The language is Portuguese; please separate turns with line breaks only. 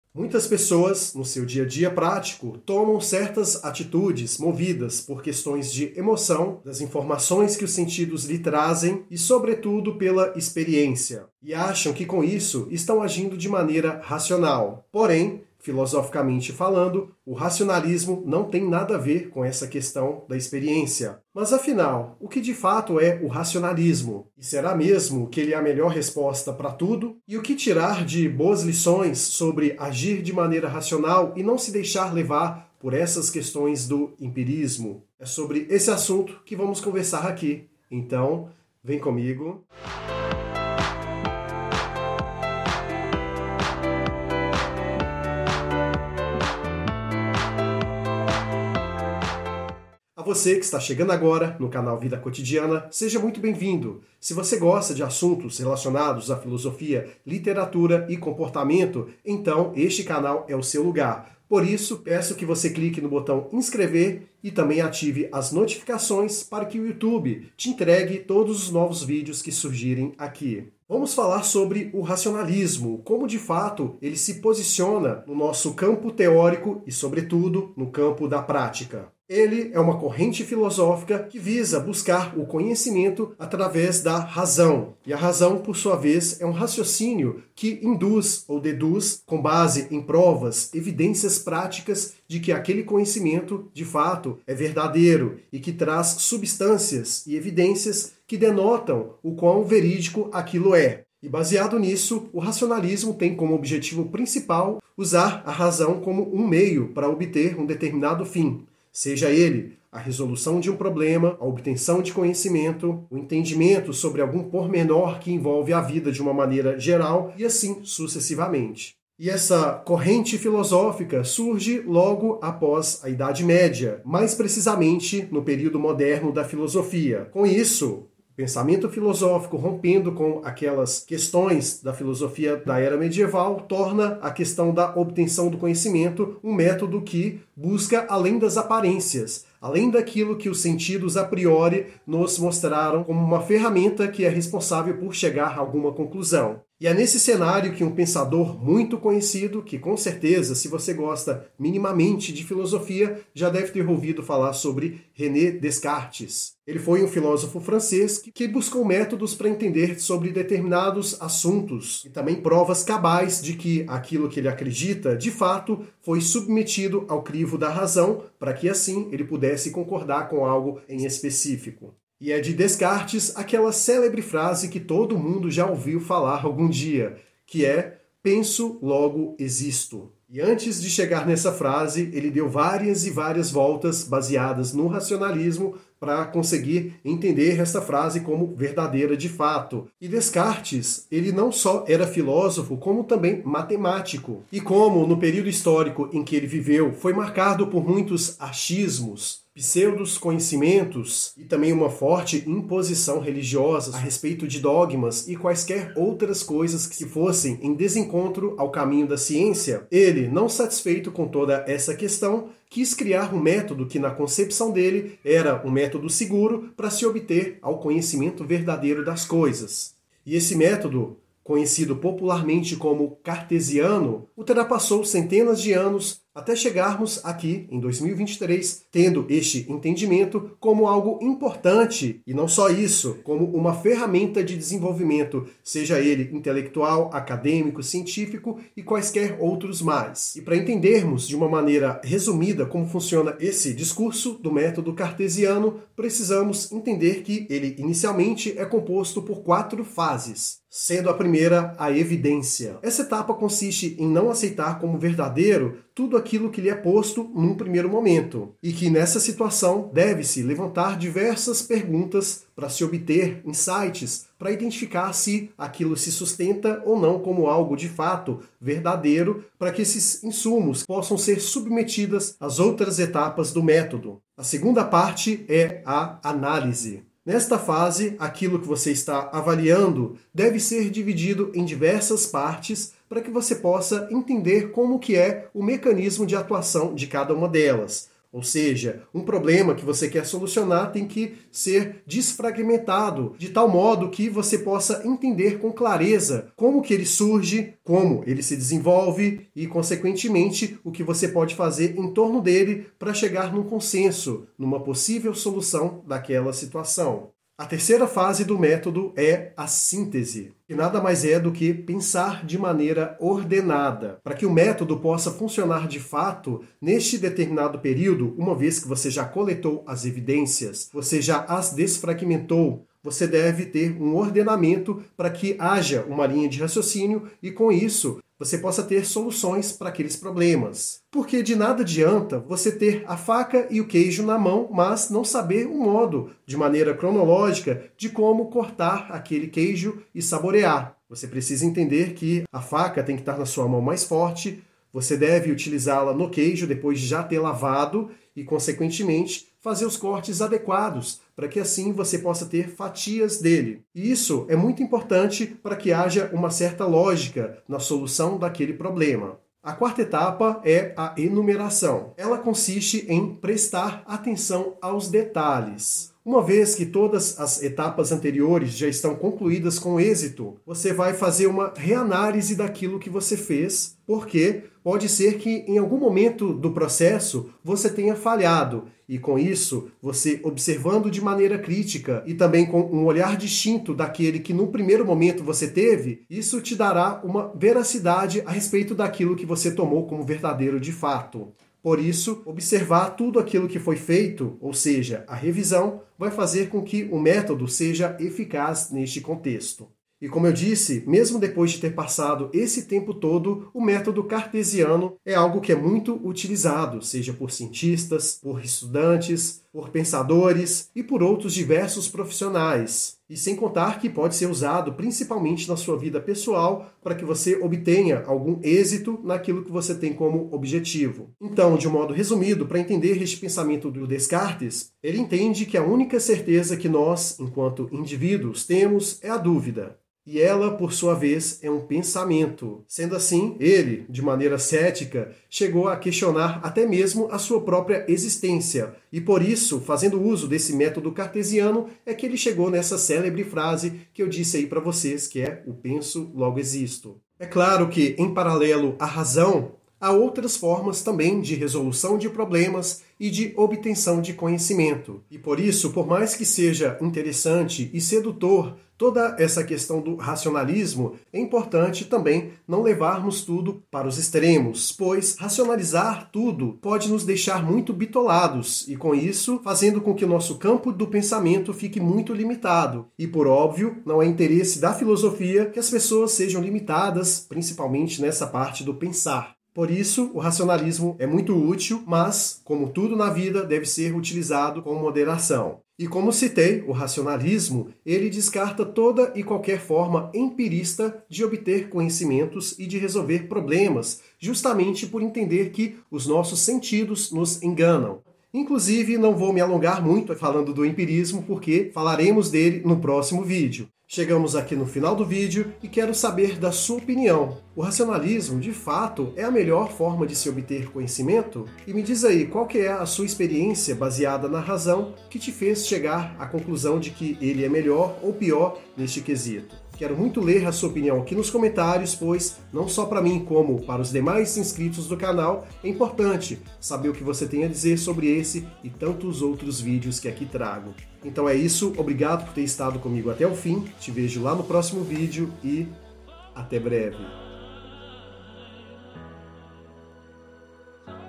Muitas pessoas, no seu dia a dia prático, tomam certas atitudes movidas por questões de emoção, das informações que os sentidos lhe trazem e, sobretudo, pela experiência. E acham que com isso estão agindo de maneira racional. Porém, filosoficamente falando, o racionalismo não tem nada a ver com essa questão da experiência. Mas afinal, o que de fato é o racionalismo? E será mesmo que ele é a melhor resposta para tudo? E o que tirar de boas lições sobre agir de maneira racional e não se deixar levar por essas questões do empirismo? É sobre esse assunto que vamos conversar aqui. Então, vem comigo. A você que está chegando agora no canal Vida Cotidiana, seja muito bem-vindo. Se você gosta de assuntos relacionados à filosofia, literatura e comportamento, então este canal é o seu lugar. Por isso, peço que você clique no botão inscrever e também ative as notificações para que o YouTube te entregue todos os novos vídeos que surgirem aqui. Vamos falar sobre o racionalismo, como de fato ele se posiciona no nosso campo teórico e, sobretudo, no campo da prática. Ele é uma corrente filosófica que visa buscar o conhecimento através da razão. E a razão, por sua vez, é um raciocínio que induz ou deduz, com base em provas, evidências práticas de que aquele conhecimento, de fato, é verdadeiro e que traz substâncias e evidências que denotam o quão verídico aquilo é. E baseado nisso, o racionalismo tem como objetivo principal usar a razão como um meio para obter um determinado fim. Seja ele a resolução de um problema, a obtenção de conhecimento, o entendimento sobre algum pormenor que envolve a vida de uma maneira geral e assim sucessivamente. E essa corrente filosófica surge logo após a Idade Média, mais precisamente no período moderno da filosofia. Com isso, pensamento filosófico, rompendo com aquelas questões da filosofia da era medieval, torna a questão da obtenção do conhecimento um método que busca além das aparências, além daquilo que os sentidos a priori nos mostraram como uma ferramenta que é responsável por chegar a alguma conclusão. E é nesse cenário que um pensador muito conhecido, que com certeza, se você gosta minimamente de filosofia, já deve ter ouvido falar sobre René Descartes. Ele foi um filósofo francês que buscou métodos para entender sobre determinados assuntos e também provas cabais de que aquilo que ele acredita, de fato, foi submetido ao crivo da razão, para que assim ele pudesse concordar com algo em específico. E é de Descartes aquela célebre frase que todo mundo já ouviu falar algum dia, que é "penso, logo existo". E antes de chegar nessa frase, ele deu várias e várias voltas baseadas no racionalismo para conseguir entender esta frase como verdadeira de fato. E Descartes, ele não só era filósofo, como também matemático. E como no período histórico em que ele viveu foi marcado por muitos achismos, pseudos conhecimentos e também uma forte imposição religiosa a respeito de dogmas e quaisquer outras coisas que fossem em desencontro ao caminho da ciência, ele, não satisfeito com toda essa questão, quis criar um método que, na concepção dele, era um método seguro para se obter ao conhecimento verdadeiro das coisas. E esse método, conhecido popularmente como cartesiano, ultrapassou centenas de anos até chegarmos aqui, em 2023, tendo este entendimento como algo importante, e não só isso, como uma ferramenta de desenvolvimento, seja ele intelectual, acadêmico, científico e quaisquer outros mais. E para entendermos de uma maneira resumida como funciona esse discurso do método cartesiano, precisamos entender que ele inicialmente é composto por 4 fases, sendo a primeira a evidência. Essa etapa consiste em não aceitar como verdadeiro tudo aquilo que lhe é posto num primeiro momento, e que nessa situação deve-se levantar diversas perguntas para se obter insights, para identificar se aquilo se sustenta ou não como algo de fato verdadeiro, para que esses insumos possam ser submetidas às outras etapas do método. A segunda parte é a análise. Nesta fase, aquilo que você está avaliando deve ser dividido em diversas partes para que você possa entender como que é o mecanismo de atuação de cada uma delas. Ou seja, um problema que você quer solucionar tem que ser desfragmentado, de tal modo que você possa entender com clareza como que ele surge, como ele se desenvolve e, consequentemente, o que você pode fazer em torno dele para chegar num consenso, numa possível solução daquela situação. A terceira fase do método é a síntese, que nada mais é do que pensar de maneira ordenada. Para que o método possa funcionar de fato neste determinado período, uma vez que você já coletou as evidências, você já as desfragmentou, você deve ter um ordenamento para que haja uma linha de raciocínio e, com isso, você possa ter soluções para aqueles problemas. Porque de nada adianta você ter a faca e o queijo na mão, mas não saber o modo, de maneira cronológica, de como cortar aquele queijo e saborear. Você precisa entender que a faca tem que estar na sua mão mais forte, você deve utilizá-la no queijo depois de já ter lavado e, consequentemente, fazer os cortes adequados para que assim você possa ter fatias dele. E isso é muito importante para que haja uma certa lógica na solução daquele problema. A quarta etapa é a enumeração. Ela consiste em prestar atenção aos detalhes. Uma vez que todas as etapas anteriores já estão concluídas com êxito, você vai fazer uma reanálise daquilo que você fez, porque pode ser que em algum momento do processo você tenha falhado, e com isso, você observando de maneira crítica e também com um olhar distinto daquele que no primeiro momento você teve, isso te dará uma veracidade a respeito daquilo que você tomou como verdadeiro de fato. Por isso, observar tudo aquilo que foi feito, ou seja, a revisão, vai fazer com que o método seja eficaz neste contexto. E como eu disse, mesmo depois de ter passado esse tempo todo, o método cartesiano é algo que é muito utilizado, seja por cientistas, por estudantes, por pensadores e por outros diversos profissionais. E sem contar que pode ser usado principalmente na sua vida pessoal para que você obtenha algum êxito naquilo que você tem como objetivo. Então, de um modo resumido, para entender este pensamento do Descartes, ele entende que a única certeza que nós, enquanto indivíduos, temos é a dúvida. E ela, por sua vez, é um pensamento. Sendo assim, ele, de maneira cética, chegou a questionar até mesmo a sua própria existência. E por isso, fazendo uso desse método cartesiano, é que ele chegou nessa célebre frase que eu disse aí para vocês, que é o penso, logo existo. É claro que, em paralelo à razão, há outras formas também de resolução de problemas e de obtenção de conhecimento. E por isso, por mais que seja interessante e sedutor toda essa questão do racionalismo, é importante também não levarmos tudo para os extremos, pois racionalizar tudo pode nos deixar muito bitolados e, com isso, fazendo com que o nosso campo do pensamento fique muito limitado. E, por óbvio, não é interesse da filosofia que as pessoas sejam limitadas, principalmente nessa parte do pensar. Por isso, o racionalismo é muito útil, mas, como tudo na vida, deve ser utilizado com moderação. E como citei, o racionalismo, ele descarta toda e qualquer forma empirista de obter conhecimentos e de resolver problemas, justamente por entender que os nossos sentidos nos enganam. Inclusive, não vou me alongar muito falando do empirismo, porque falaremos dele no próximo vídeo. Chegamos aqui no final do vídeo e quero saber da sua opinião. O racionalismo, de fato, é a melhor forma de se obter conhecimento? E me diz aí, qual que é a sua experiência baseada na razão que te fez chegar à conclusão de que ele é melhor ou pior neste quesito? Quero muito ler a sua opinião aqui nos comentários, pois não só para mim como para os demais inscritos do canal, é importante saber o que você tem a dizer sobre esse e tantos outros vídeos que aqui trago. Então é isso, obrigado por ter estado comigo até o fim, te vejo lá no próximo vídeo e até breve.